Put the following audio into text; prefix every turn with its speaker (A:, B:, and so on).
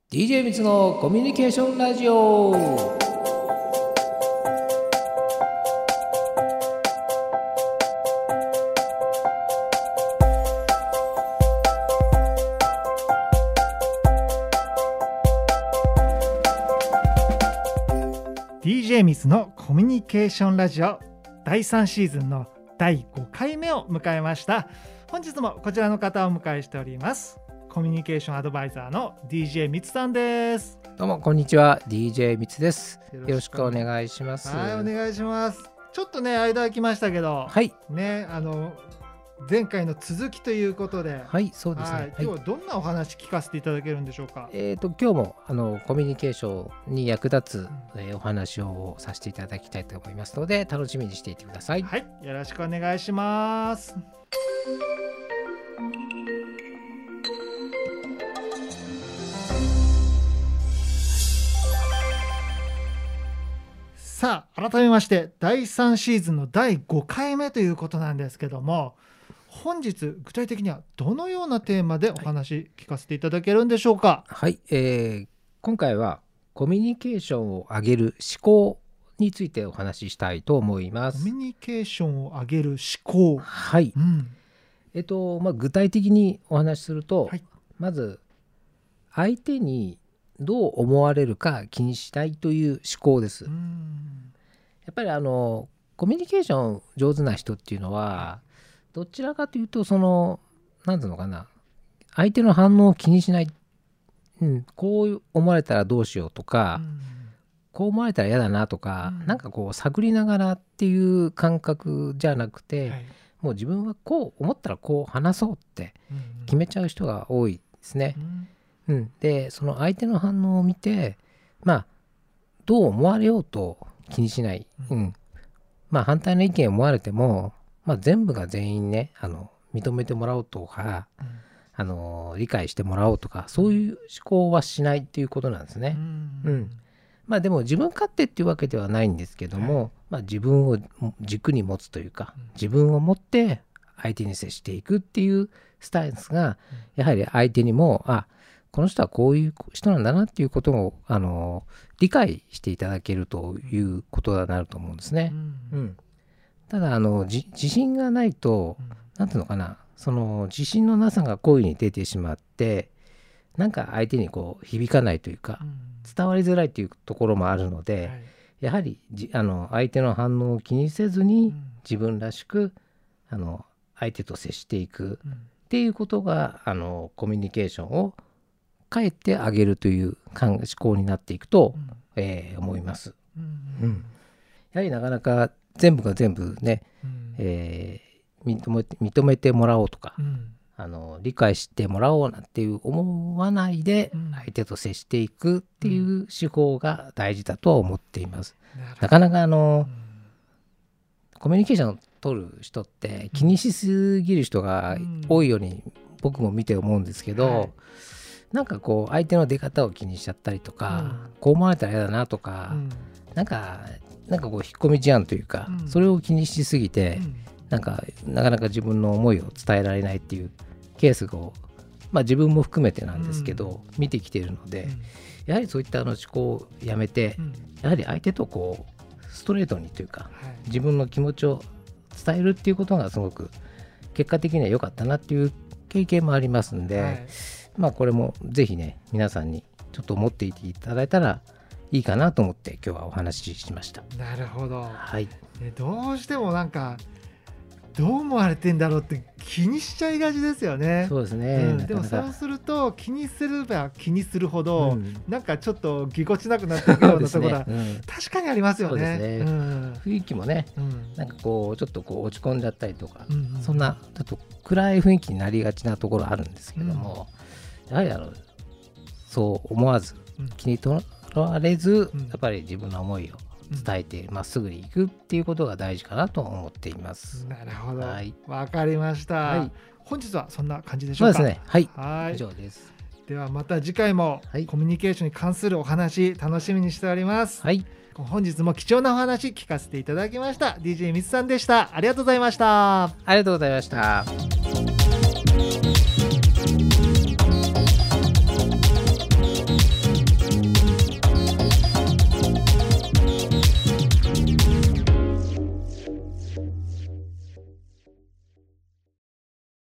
A: DJ みつのコミュニケーションラジオ。
B: DJ ミツのコミュニケーションラジオ第3シーズンの第5回目を迎えました。本日もこちらの方をお迎えしております。コミュニケーションアドバイザーの DJ ミツさんです。
A: どうもこんにちは、 DJ ミツです。よろしくお願いします。
B: はい、お願いします。ちょっとね間空きましたけど、
A: はい
B: ね、前回の続きということで、
A: はいそうですね、はい、
B: 今日はどんなお話聞かせていただけるんでしょうか。
A: 今日もコミュニケーションに役立つ、お話をさせていただきたいと思いますので楽しみにしていてください。
B: はい、よろしくお願いします。さあ改めまして第3シーズンの第5回目ということなんですけども、本日具体的にはどのようなテーマでお話聞かせていただけるんでしょうか。
A: はい、今回はコミュニケーションを上げる思考についてお話ししたいと思います。
B: コミュニケーションを上げる思考、
A: はい、具体的にお話しすると、はい、まず相手にどう思われるか気にしないという思考です。やっぱりコミュニケーション上手な人っていうのはどちらかというとなんていうのかな、相手の反応を気にしない、こう思われたらどうしようとか、こう思われたら嫌だなとか、なんかこう探りながらっていう感覚じゃなくて、もう自分はこう思ったらこう話そうって決めちゃう人が多いですね。でその相手の反応を見て、どう思われようと気にしない、反対の意見を思われても、全部が全員ね認めてもらおうとか、理解してもらおうとかそういう思考はしないっていうことなんですね。でも自分勝手っていうわけではないんですけども、自分を軸に持つというか、自分を持って相手に接していくっていうスタンスがやはり相手にもこの人はこういう人なんだなっていうことを理解していただけるということになると思うんですね。ただ自信がないと、なんていうのかな、その自信のなさが声に出てしまって、なんか相手にこう響かないというか、伝わりづらいというところもあるので、やはり相手の反応を気にせずに自分らしく相手と接していくっていうことがコミュニケーションを変えてあげるという思考になっていくと、思います。やはりなかなか全部が全部ね、認めてもらおうとか、理解してもらおうなんていう思わないで相手と接していくっていう手法が大事だとは思っています。なかなかコミュニケーションを取る人って気にしすぎる人が多いように僕も見て思うんですけど、なんかこう相手の出方を気にしちゃったりとか、こう思われたら嫌だなとか、なんかこう引っ込み思案というか、それを気にしすぎて、なかなか自分の思いを伝えられないっていうケースを、自分も含めてなんですけど、見てきているので、やはりそういった思考をやめて、やはり相手とこうストレートにというか、自分の気持ちを伝えるっていうことがすごく結果的には良かったなっていう経験もありますんで、これもぜひね皆さんにちょっと思っていていただいたらいいかなと思って今日はお話ししました。
B: なるほど、
A: はい
B: どうしてもなんかどう思われてんだろうって気にしちゃいがちですよね。
A: そうですね、
B: でもそうすると気にすれば気にするほど、なんかちょっとぎこちなくなっていくようなところは確かにありますよね。
A: そうですね、雰囲気もね、なんかこうちょっとこう落ち込んじゃったりとか、そんなちょっと暗い雰囲気になりがちなところあるんですけども、やはりそう思わず、気にとらわれず、やっぱり自分の思いを伝えてまっすぐに行くっていうことが大事かなと思っています。
B: なるほど、わかりました。本日はそんな感じでしょうか。
A: そうですね、はい、以上です。
B: ではまた次回もコミュニケーションに関するお話楽しみにしております。本日も貴重なお話聞かせていただきました。 DJ ミツさんでした。ありがとうございました。
A: ありがとうございました。